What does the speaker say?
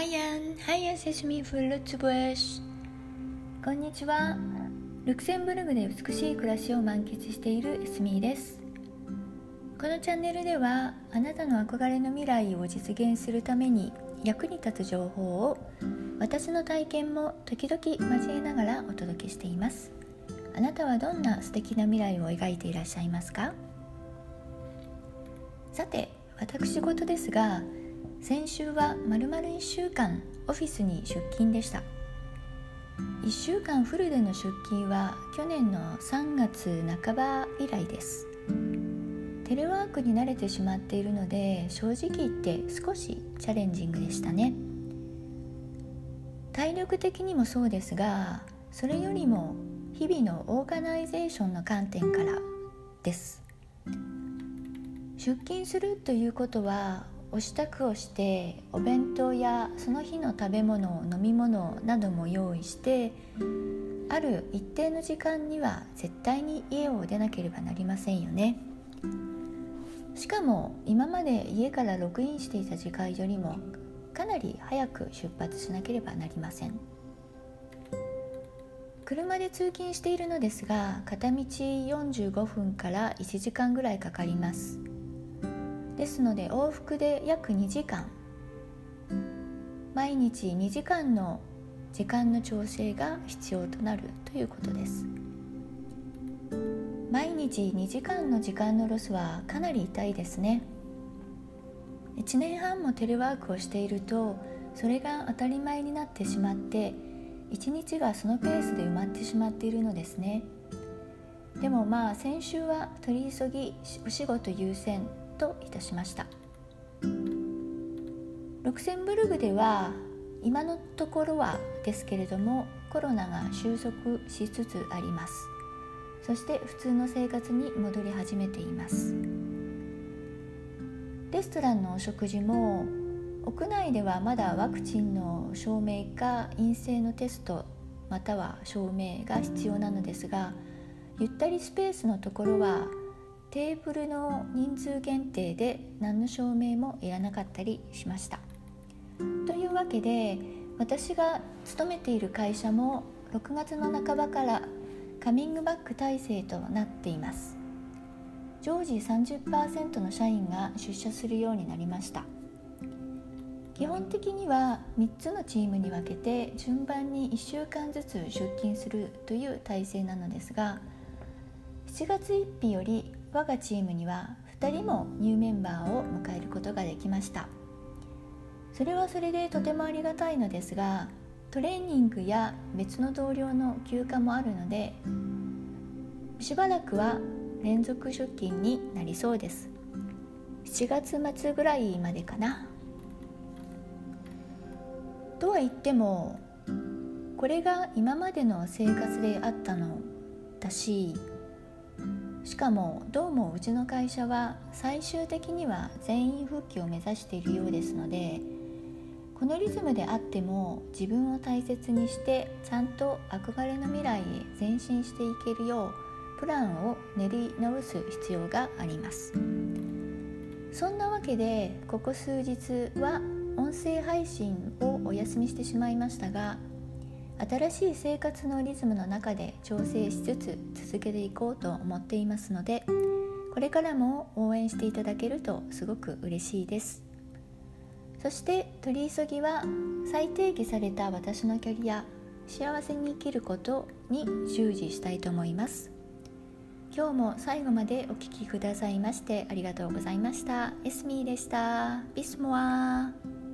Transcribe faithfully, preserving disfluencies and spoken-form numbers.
Hayan, Hayan Sesame Fruit Bush。こんにちは。ルクセンブルグで美しい暮らしを満喫しているエスミーです。このチャンネルではあなたの憧れの未来を実現するために役に立つ情報を私の体験も時々交えながらお届けしています。あなたはどんな素敵な未来を描いていらっしゃいますか？さて、私事ですが、先週はまるまるいっしゅうかんオフィスに出勤でした。いっしゅうかんフルでの出勤は去年のさんがつなかば以来です。テレワークに慣れてしまっているので、正直言って少しチャレンジングでしたね。体力的にもそうですが、それよりも日々のオーガナイゼーションの観点からです。出勤するということは、お支度をしてお弁当やその日の食べ物、飲み物なども用意して、ある一定の時間には絶対に家を出なければなりませんよね。しかも今まで家からログインしていた時間よりもかなり早く出発しなければなりません。車で通勤しているのですが、片道よんじゅうごふんからいちじかんぐらいかかります。ですので往復で約にじかん、毎日にじかんの時間の調整が必要となるということです。毎日にじかんの時間のロスはかなり痛いですね。いちねんはんもテレワークをしていると、それが当たり前になってしまって、いちにちがそのペースで埋まってしまっているのですね。でもまあ先週は取り急ぎお仕事優先といたしました。ルクセンブルグでは今のところはですけれども、コロナが収束しつつあります。そして普通の生活に戻り始めています。レストランのお食事も、屋内ではまだワクチンの証明か陰性のテストまたは証明が必要なのですが、ゆったりスペースのところはテーブルの人数限定で何の証明もいらなかったりしました。というわけで、私が勤めている会社もろくがつの半ばからカミングバック体制となっています。常時 さんじゅっパーセント の社員が出社するようになりました。基本的にはみっつのチームに分けて順番にいっしゅうかんずつ出勤するという体制なのですが、しちがつついたちより我がチームにはふたりもニューメンバーを迎えることができました。それはそれでとてもありがたいのですが、トレーニングや別の同僚の休暇もあるので、しばらくは連続出勤になりそうです。しちがつまつぐらいまでかな。とは言っても、これが今までの生活であったのだし、しかもどうもうちの会社は最終的には全員復帰を目指しているようですので、このリズムであっても自分を大切にしてちゃんと憧れの未来へ前進していけるようプランを練り直す必要があります。そんなわけで、ここ数日は音声配信をお休みしてしまいましたが、新しい生活のリズムの中で調整しつつ続けていこうと思っていますので、これからも応援していただけるとすごく嬉しいです。そして取り急ぎは、再定義された私のキャリア、幸せに生きることに従事したいと思います。今日も最後までお聞きくださいましてありがとうございました。エスミーでした。ビスモア。